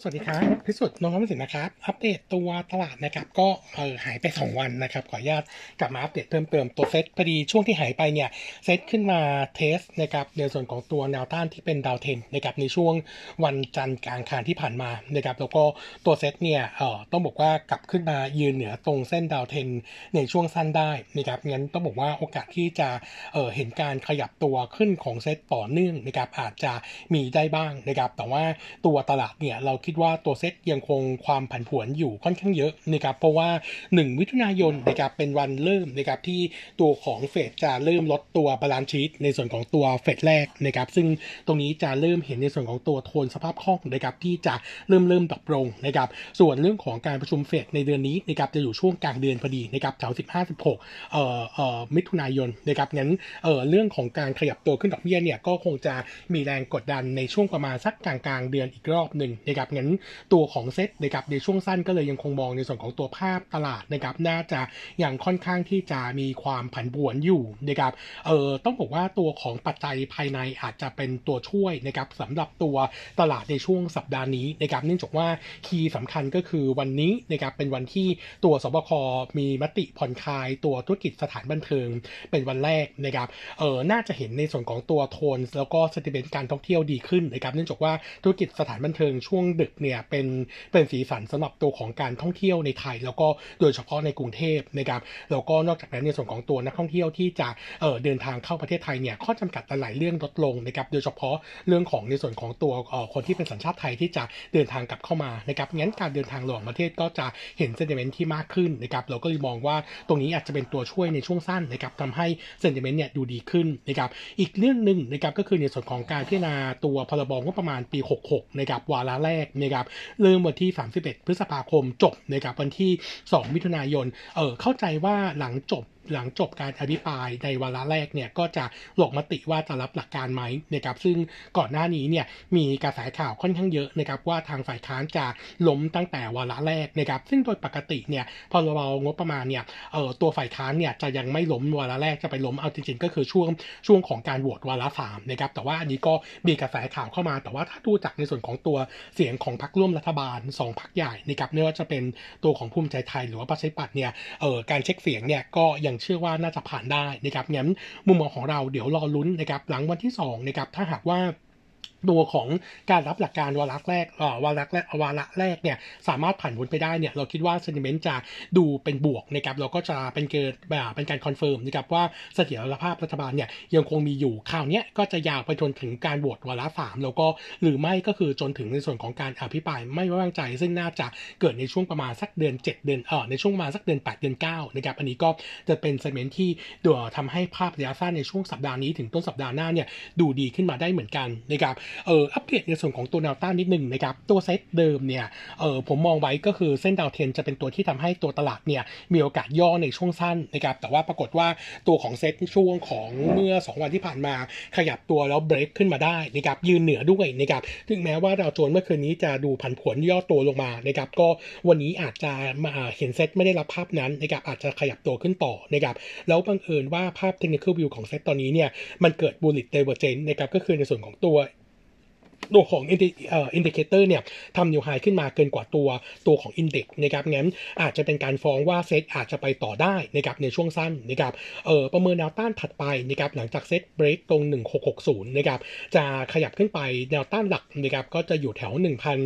สวัสดีครับพิสุทธิ์นนท์วสินนะครับอัปเดตตัวตลาดนะครับก็หายไป2วันนะครับขออนุญาตกลับมาอัปเดตเพิ่มเติมตัวเซตพอดีช่วงที่หายไปเนี่ยเซตขึ้นมาเทสนะครับในส่วนของตัวแนวต้านที่เป็นดาวเทนนะครับในช่วงวันจันทร์กลางคานที่ผ่านมานะครับแล้วก็ตัวเซตเนี่ยต้องบอกว่ากลับขึ้นมายืนเหนือตรงเส้นดาวเทนในช่วงสั้นได้นะครับงั้นต้องบอกว่าโอกาสที่จะเห็นการขยับตัวขึ้นของเซตต่อเนื่องนะครับอาจจะมีได้บ้างนะครับแต่ว่าตัวตลาดเนี่ยเราคิดว่าตัวเซตยังคงความผันผวนอยู่ค่อนข้างเยอะนะครับเพราะว่า1มิถุนายนนะครับเป็นวันเริ่มนะครับที่ตัวของเฟดจะเริ่มลดตัวบาลานซ์ชีทในส่วนของตัวเฟดแรกนะครับซึ่งตรงนี้จะเริ่มเห็นในส่วนของตัวโทนสภาพคล่องนะครับที่จะเริ่มดรอปลงนะครับส่วนเรื่องของการประชุมเฟดในเดือนนี้นะครับจะอยู่ช่วงกลางเดือนพอดีนะครับแถว15-16มิถุนายนนะครับงั้นเรื่องของการขยับตัวขึ้นดอกเบี้ยเนี่ยก็คงจะมีแรงกดดันในช่วงประมาณสักกลางเดือนอีกรอบหนึ่งนะครับงั้นตัวของเซ็ตนะครับในช่วงสั้นก็เลยยังคงมองในส่วนของตัวภาพตลาดนะครับน่าจะยังค่อนข้างที่จะมีความผันผวนอยู่นะครับต้องบอกว่าตัวของปัจจัยภายในอาจจะเป็นตัวช่วยนะครับสำหรับตัวตลาดในช่วงสัปดาห์นี้นะครับเนื่องจากว่าคีย์สำคัญก็คือวันนี้นะครับเป็นวันที่ตัวสบคมีมติผ่อนคลายตัวธุรกิจสถานบันเทิงเป็นวันแรกนะครับน่าจะเห็นในส่วนของตัวโทนแล้วก็เซนติเมนต์การท่องเที่ยวดีขึ้นนะครับเนื่องจากว่าธุรกิจสถานบันเทิงช่วงดึกเนี่ยเป็นสีสันสำหรับตัวของการท่องเที่ยวในไทยแล้วก็โดยเฉพาะในกรุงเทพนะครับแล้วก็นอกจากนั้นในส่วนของตัวนักท่องเที่ยวที่จะเดินทางเข้าประเทศไทยเนี่ยข้อจำกัดหลายเรื่องลดลงนะครับโดยเฉพาะเรื่องของในส่วนของตัวคนที่เป็นสัญชาติไทยที่จะเดินทางกลับเข้ามานะครับงั้นการเดินทางระหว่างประเทศก็จะเห็นเซนติเมนต์ที่มากขึ้นนะครับเราก็เลยมองว่าตรงนี้อาจจะเป็นตัวช่วยในช่วงสั้นนะครับทำให้เซนติเมนต์เนี่ยดูดีขึ้นนะครับอีกเรื่องหนึ่งนะครับก็คือในส่วนของการพิจารณาตัวพรบงบประมาณปี66นะครับวาระแรกนะครับเริ่มวันที่31พฤษภาคมจบนะครับวันที่2มิถุนายนเข้าใจว่าหลังจบการอภิปรายในวาระแรกเนี่ยก็จะลงมติว่าจะรับหลักการไหมนะครับซึ่งก่อนหน้านี้เนี่ยมีกระแสข่าวค่อนข้างเยอะนะครับว่าทางฝ่ายค้านจะล้มตั้งแต่วาระแรกนะครับซึ่งโดยปกติเนี่ยพรบงบประมาณเนี่ยตัวฝ่ายค้านเนี่ยจะยังไม่ล้มวาระแรกจะไปล้มเอาจริงๆก็คือช่วงของการโหวตวาระ3นะครับแต่ว่าอันนี้ก็มีกระแสข่าวเข้ามาแต่ว่าถ้าดูจากในส่วนของตัวเสียงของพรรคร่วมรัฐบาล2พรรคใหญ่นะครับไม่ว่าจะเป็นตัวของภูมิใจไทยหรือว่าประชาธิปัตย์เนี่ยการเช็คเสียงเนี่ยก็ยังเชื่อว่าน่าจะผ่านได้นะครับงั้นมุมมองของเราเดี๋ยวรอลุ้นนะครับหลังวันที่2นะครับถ้าหากว่าตัวของการรับหลักการวาระแรกวาระแรกเนี่ยสามารถผ่านพ้นไปได้เนี่ยเราคิดว่า sentiment จะดูเป็นบวกนะครับเราก็จะเป็นการคอนเฟิร์มนะครับว่าเสถียรภาพรัฐบาลเนี่ยยังคงมีอยู่คราวนี้ก็จะยาวไปจนถึงการโหวตวาระ3แล้วก็หรือไม่ก็คือจนถึงในส่วนของการอภิปรายไม่ไว้วางใจซึ่งน่าจะเกิดในช่วงประมาณสักเดือน7เดือนในช่วงมาสักเดือน8เดือน9นะครับอันนี้ก็จะเป็น sentiment ที่ทำให้ภาพระยะสั้นในช่วงสัปดาห์นี้ถึงต้นสัปดาห์หน้าเนี่ยดูดีขึ้นมาได้เหมือนกันนะครับอัปเดตในส่วนของตัวแนวต้านนิดนึงนะครับตัวเซตเดิมเนี่ยผมมองไว้ก็คือเส้นดาวเทนจะเป็นตัวที่ทำให้ตัวตลาดเนี่ยมีโอกาสย่อในช่วงสั้นนะครับแต่ว่าปรากฏว่าตัวของเซตช่วงของเมื่อ2วันที่ผ่านมาขยับตัวแล้วเบรกขึ้นมาได้นะครับยืนเหนือด้วยนะครับถึงแม้ว่าดาวโจนส์เมื่อคืนนี้จะดูผันผวนย่อตัวลงมานะครับก็วันนี้อาจจะมาเห็นเซตไม่ได้รับภาพนั้นนะครับอาจจะขยับตัวขึ้นต่อนะครับแล้วบังเอิญว่าภาพ technical view ของเซตตอนนี้เนี่ยมันเกิด bullish divergence นะครับก็คือในส่วนของตัวของอินดิเคเตอร์เนี่ยทำนิวไฮขึ้นมาเกินกว่าตัวของอินเด็กซ์นะครับงั้นอาจจะเป็นการฟ้องว่าเซตอาจจะไปต่อได้นะครับในช่วงสั้นนะครับประเมินแนวต้านถัดไปนะครับหลังจากเซตเบรกตรง1660นะครับจะขยับขึ้นไปแนวต้านหลักนะครับก็จะอยู่แถว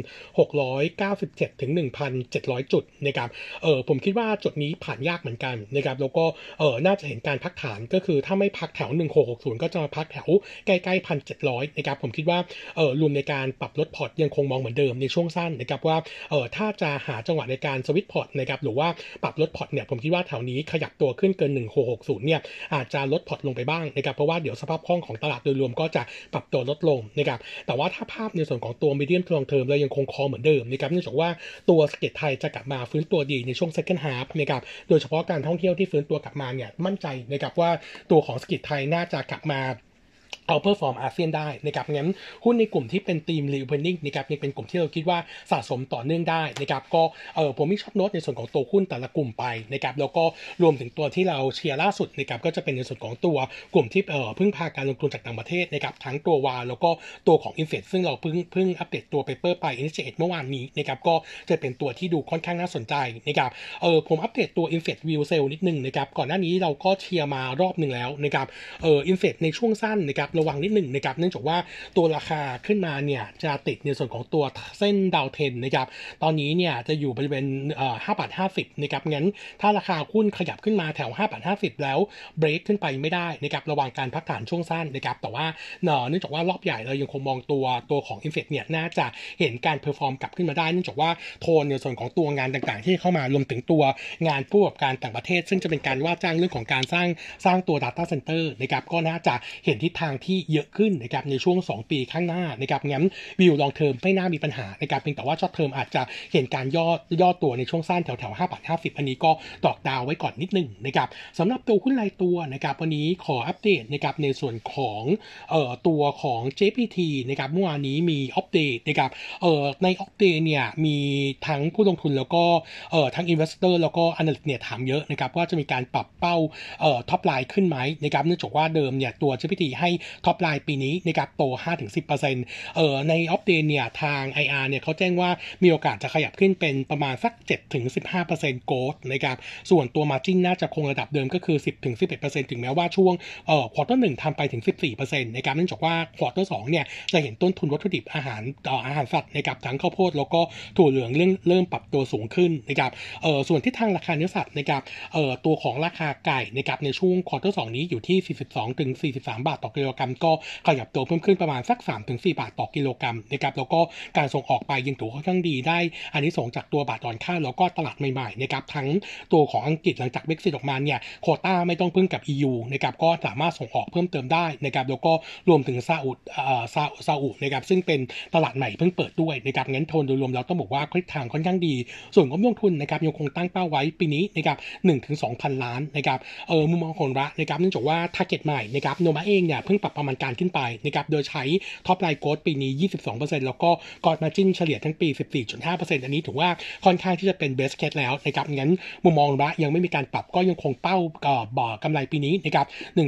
1697ถึง1,700จุดนะครับผมคิดว่าจุดนี้ผ่านยากเหมือนกันนะครับแล้วก็น่าจะเห็นการพักฐานก็คือถ้าไม่พักแถว1660ก็จะมาพักแถวใกล้ๆ1,700นะครับผมคิดว่ารวมในการปรับลดพอร์ตยังคงมองเหมือนเดิมในช่วงสั้นนะครับว่าถ้าจะหาจังหวะในการสวิตช์พอร์ตนะครับหรือว่าปรับลดพอร์ตเนี่ยผมคิดว่าแถวนี้ขยับตัวขึ้นเกิน1660เนี่ยอาจจะลดพอร์ตลงไปบ้างนะครับเพราะว่าเดี๋ยวสภาพคล่องของตลาดโดยรวมก็จะปรับตัวลดลงนะครับแต่ว่าถ้าภาพในส่วนของตัว medium to long term เรายังคงคอเหมือนเดิมนะครับเนื่องจากว่าตัวเศรษฐกิจไทยจะกลับมาฟื้นตัวดีในช่วง second half นะครับโดยเฉพาะการท่องเที่ยวที่ฟื้นตัวกลับมาเนี่ยมั่นใจนะครับว่าตัวของเศรษฐกิจไทยน่าจะกลับมาเอาเพอร์ฟอร์มอาเซียนได้นะครับงั้นหุ้นในกลุ่มที่เป็นทีม reopening นะครับยังเป็นกลุ่มที่เราคิดว่าสะสมต่อเนื่องได้นะครับก็ผมมีช็อตโน้ตในส่วนของตัวหุ้นแต่ละกลุ่มไปนะครับแล้วก็รวมถึงตัวที่เราเชียร์ล่าสุดนะครับก็จะเป็นในส่วนของตัวกลุ่มที่พึ่งพาการลงทุนจากต่างประเทศนะครับทั้งตัววาแล้วก็ตัวของ Infed ซึ่งเราเพิ่งอัปเดตตัว paper ไป initiate เมื่อวานนี้นะครับก็จะเป็นตัวที่ดูค่อนข้างน่าสนใจนะครับผมอัปเดตตัว Infed View Sell นิดนึงนะครับก่อนหน้านี้เราก็เชียร์มารอบนึงแล้วนะครับInfed ในช่วงสั้นนะครับระวังนิดนึงนะครับเนื่องจากว่าตัวราคาขึ้นมาเนี่ยจะติดในส่วนของตัวเส้นดาวเทนนะครับตอนนี้เนี่ยจะอยู่บริเวณ5.50 บาทนะครับงั้นถ้าราคาหุ้นขยับขึ้นมาแถว5.50 บาทแล้วเบรกขึ้นไปไม่ได้นะครับระวังการพักฐานช่วงสั้นนะครับแต่ว่าเนื่องจากว่ารอบใหญ่เรายังคงมองตัวของ Infed เนี่ยน่าจะเห็นการเพอร์ฟอร์มกลับขึ้นมาได้เนื่องจากว่าโทนในส่วนของตัวงานต่างๆที่เข้ามารวมถึงตัวงานผู้ประกอบการต่างประเทศซึ่งจะเป็นการว่าจ้างเรื่องของการสร้างตัว Data Center นะครับก็น่าจะเห็นทิศทางที่เยอะขึ้นนะครับในช่วง2ปีข้างหน้านะครับงั้นวิวลองเทอมไม่น่ามีปัญหานะครับเพียงแต่ว่าช็อตเทอมอาจจะเห็นการย่อตัวในช่วงสั้นแถว5.50 บาทอันนี้ก็ดอกดาวไว้ก่อนนิดนึงนะครับสำหรับตัวหุ้นรายตัวนะครับวันนี้ขออัปเดตนะครับในส่วนของตัวของ JPT นะครับเมื่อวานนี้มีอัปเดตนะครับในอัปเดตเนี่ยมีทั้งผู้ลงทุนแล้วก็ทั้ง investor แล้วก็ analyst เนี่ยถามเยอะนะครับว่าจะมีการปรับเป้าท็อปไลน์ขึ้นไหมนะครับเนื่องจากว่าเดิมเนี่ยตัว JPT ให้ท็อปไลน์ปีนี้นะครับโต 5-10% ในอัปเดตเนี่ยทาง IR เนี่ยเขาแจ้งว่ามีโอกาสจะขยับขึ้นเป็นประมาณสัก 7-15% growth นะครับส่วนตัว margin น่าจะคงระดับเดิมก็คือ 10-11% ถึงแม้ว่าช่วงควอเตอร์1ทำไปถึง 14% นะครับเนื่องจากว่าควอเตอร์2เนี่ยจะเห็นต้นทุนวัตถุดิบอาหารสัตว์นะครับทั้งข้าวโพดแล้วก็ถั่วเหลืองเริ่มปรับตัวสูงขึ้นนะครับส่วนที่ทางราคาเนื้อสัตว์นะครับตัวของราคาไก่นะครับในช่วงควอเตอร์2นี้อยู่ที่ 42-43 บาทต่อกิโลกรัมก็ขยับตัวเพิ่มขึ้นประมาณสัก 3-4 บาทต่อกิโลกรัมนะครับแล้วก็การส่งออกไปยังถือว่าค่อนข้างดีได้อันนี้ส่งจากตัวบาทอ่อนค่าแล้วก็ตลาดใหม่ๆนะครับทั้งตัวของอังกฤษหลังจาก Brexit ออกมาเนี่ยโควต้าไม่ต้องพึ่งกับ EU นะครับก็สามารถส่งออกเพิ่มเติมได้นะครับแล้วก็รวมถึงซาอุนะครับซึ่งเป็นตลาดใหม่เพิ่งเปิดด้วยนะครับงั้นโทนโดยรวมแล้วต้องบอกว่าทิศทางค่อนข้างดีส่วนงบลงทุนนะครับยังคงตั้งเป้าไว้ปีนี้นะครับ 1-2,000 ล้านนะครับมุมมองของระนะครับเนื่องจากว่า target ใหม่นะครับโนมาเองเนี่ยเพิ่งปรับประมาณการขึ้นไปนะครับโดยใช้ท็อปไลน์โกดปีนี้ 22% แล้วก็กอดมาร์จิ้นเฉลี่ยทั้งปี 14.5% อันนี้ถือว่าค่อนข้างที่จะเป็น best case แล้วนะครับงั้นมุมมองระยังไม่มีการปรับก็ยังคงเป้าบ่อกำไรปีนี้นะครับ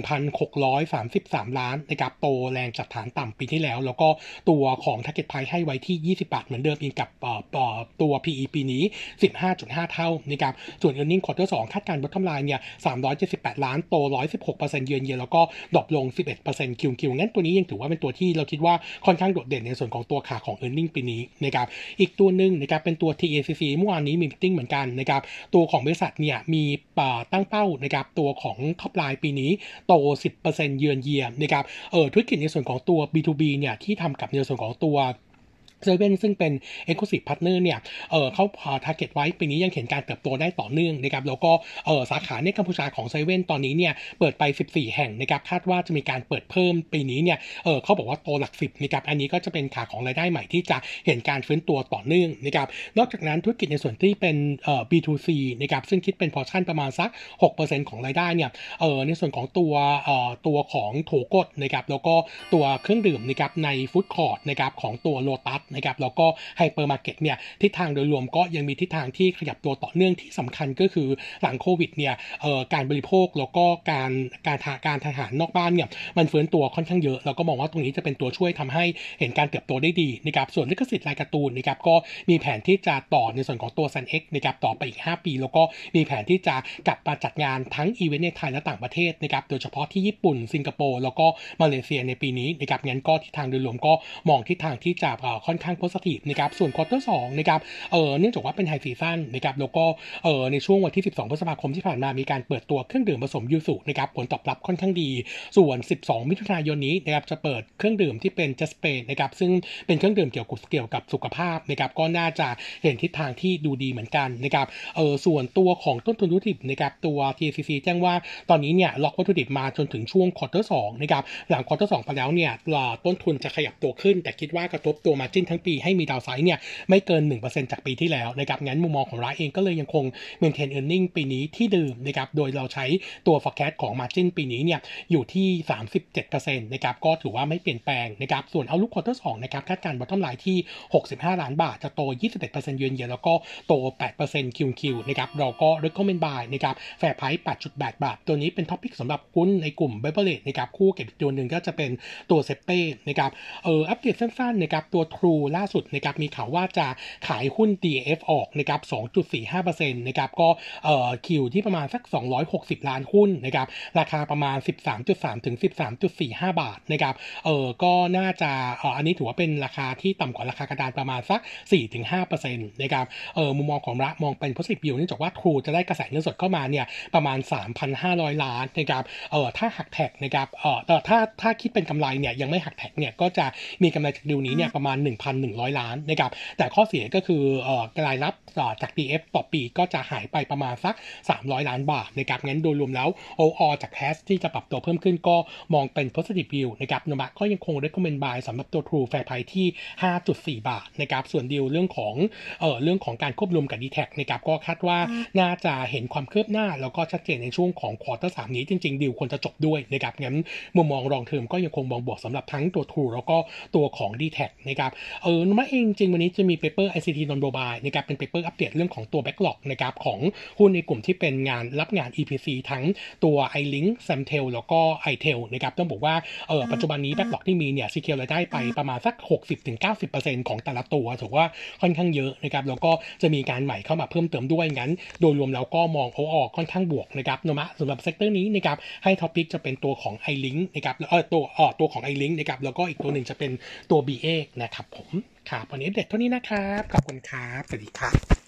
1,633 ล้านนะครับโตแรงจากฐานต่ำปีที่แล้วก็ตัวของ target price ให้ไว้ที่20 บาทเหมือนเดิมอีกกับตัว PE ปีนี้ 15.5 เท่านะครับส่วน earning quarter 2คาดการณ์ bottom line เนี่ย378 ล้านโต 116% เยือนแล้วก็ดรอปลง 11% QQ งั้นตัวนี้ยังถือว่าเป็นตัวที่เราคิดว่าค่อนข้างโดดเด่นในส่วนของตัวขาของ earning ปีนี้นะครับอีกตัวหนึ่งนะครับเป็นตัว TACC เมื่อวานนี้มี meeting เหมือนกันนะครับตัวของบริษัทเนี่ยมีตั้งเป้านะครับตัวของ top line ปีนี้โต 10% เยือนนะครับธุรกิจในส่วนของตัว B2B เนี่ยที่ทำกับในส่วนของตัวเซเว่นซึ่งเป็น Exclusive Partner เนี่ยเขาtarget ไว้ปีนี้ยังเห็นการเติบโตได้ต่อเนื่องนะครับแล้วก็สาขาในกัมพูชาของเซเว่นตอนนี้เนี่ยเปิดไป14 แห่งนะครับคาดว่าจะมีการเปิดเพิ่มปีนี้เนี่ยเขาบอกว่าโตหลัก10นะครับอันนี้ก็จะเป็นขาของรายได้ใหม่ที่จะเห็นการฟื้นตัวต่อเนื่องนะครับนอกจากนั้นธุรกิจในส่วนที่เป็นB2C นะครับซึ่งคิดเป็นพอร์ชั่นประมาณสัก 6% ของรายได้เนี่ยในส่วนของตัวของโถกดนะครับแล้วก็ตัวเครื่องดื่มนะครับในฟู้ดคอร์ทนะครับของตัวโลตัสนะครับแล้วก็ไฮเปอร์มาร์เก็ตเนี่ยทิศทางโดยรวมก็ยังมีทิศทางที่ขยับตัวต่อเนื่องที่สำคัญก็คือหลังโควิดเนี่ยการบริโภคแล้วก็การทหารนอกบ้านเนี่ยมันฟื้นตัวค่อนข้างเยอะแล้วก็มองว่าตรงนี้จะเป็นตัวช่วยทำให้เห็นการเติบโตได้ดีนะครับส่วนลิขสิทธิ์รายการ์ตูนนะครับก็มีแผนที่จะต่อในส่วนของตัว Sun X นะครับต่อไปอีก5 ปีแล้วก็มีแผนที่จะกลับมาจัดงานทั้งอีเวนต์ในไทยและต่างประเทศนะครับโดยเฉพาะที่ญี่ปุ่นสิงคโปร์แล้วก็มาเลเซียในปีนี้นะครับงั้นก็ทิศทางโดยรวมก็มองทิศทางที่จะค่อนข้างโพสิทีฟนะครับส่วนควอเตอร์2นะครับเนื่องจากว่าเป็นไฮซีซั่นนะครับแล้วก็ในช่วงวันที่12 พฤษภาคมที่ผ่านมามีการเปิดตัวเครื่องดื่มผสมยูสุนะครับผลตอบรับค่อนข้างดีส่วน12 มิถุนายนนี้นะครับจะเปิดเครื่องดื่มที่เป็นจัสเปนนะครับซึ่งเป็นเครื่องดื่มเกี่ยวกับสุขภาพนะครับก็น่าจะเห็นทิศทางที่ดูดีเหมือนกันนะครับส่วนตัวของต้นทุนวัตถุดิบนะครับตัว TCC แจ้งว่าตอนนี้เนี่ยล็อกวัตถุดิบมาจนถึงช่วงควอเตอร์2นะครับหลังควอเตอร์2ไปแล้วเนี่ยต้นทุนจะขยับตัวขึ้นแต่คิดว่ากระทบตัว margin นทั้งปีให้มีดาวไซด์เนี่ยไม่เกิน 1% จากปีที่แล้วนะครับงั้นมุมมองของร้านเองก็เลยยังคง maintain earning ปีนี้ที่เดิมนะครับโดยเราใช้ตัว forecast ของ margin ปีนี้เนี่ยอยู่ที่ 37% นะครับก็ถือว่าไม่เปลี่ยนแปลงนะครับส่วน outlook quarter 2นะครับคาดการณ์ bottom line ที่65ล้านบาทจะโต 21% year-on-year แล้วก็โต 8% QQ นะครับเราก็ recommend buy นะครับ fair price 8.8 บาทตัวนี้เป็นท็อปิกสำหรับหุ้นในกลุ่ม Beverage นะครับคู่กับอีกตัวหนึ่งก็จะเป็นตัวเซเป้นะครับอัปเดตสั้นๆนะครับตัว True ล่าสุดนะครับมีข่าวว่าจะขายหุ้น DAF ออกนะครับ 2.45% นะครับก็คิวที่ประมาณสัก260ล้านหุ้นนะครับราคาประมาณ 13.3 ถึง 13.45 บาทนะครับก็น่าจะอันนี้ถือว่าเป็นราคาที่ต่ำกว่าราคากระดานประมาณสัก 4-5% นะครับมุมมองของระมองเป็น positive view เนื่องจากว่า True จะได้กระแสเงินสดเข้ามาเนี่ยประมาณ 3,500 ล้านนะครับถ้าหักแท็กนะครับถ้าคิดเป็นกำไรเนี่ยยังไม่หักแท็กเนี่ยก็จะมีกำไรจากดีลนี้เนี่ยประมาณ 1,100 ล้านนะครับแต่ข้อเสียก็คือรายรับจาก DF ต่อปีก็จะหายไปประมาณสัก300ล้านบาทนะครับงั้นโดยรวมแล้ว overall จาก cash ที่จะปรับตัวเพิ่มขึ้นก็มองเป็น positive view นะครับนมะก็ยังคง recommend buy สำหรับตัว True Fair Price ที่ 5.4 บาทนะครับส่วนดีลเรื่องของการควบรวมกับ DTAC นะครับก็คาดว่าน่าจะเห็นความคืบหน้าแล้วก็ชัดเจนในช่วงของ quarter 3นี้จริงๆดีลควรจะจบด้วยนะครับงั้นมุมมองรองเทอมก็ยังคงมองบวกสำหรับทั้งตัว True แล้วก็ตัวของ DTAC นะครับนมะเองจริงวันนี้จะมี paper ICT non mobile นะครับเป็น paper อัปเดตเรื่องของตัว backlog นะครับของหุ้นในกลุ่มที่เป็นรับงาน EPC ทั้งตัว iLink Samtel แล้วก็ iTel นะครับต้องบอกว่าปัจจุบันนี้ backlog ที่มีเนี่ย secure รายได้ไปประมาณสัก 60-90% ของแต่ละตัวถือว่าค่อนข้างเยอะนะครับแล้วก็จะมีการใหม่เข้ามาเพิ่มเติมด้วยงั้นโดยรวมแล้วก็มองค่อนข้างบวกนะครับนมะสำหรับเซกเตอร์นี้นะครับให้ท็อปิกจะเป็นตัวของ iLink นะครับตัวของ iLink นะครับแล้วก็อีกตัวหนึ่งจะเป็นตัว BA นะครับผมครับวันนี้เด็ดเท่านี้นะครับขอบคุณครับสวัสดีครับ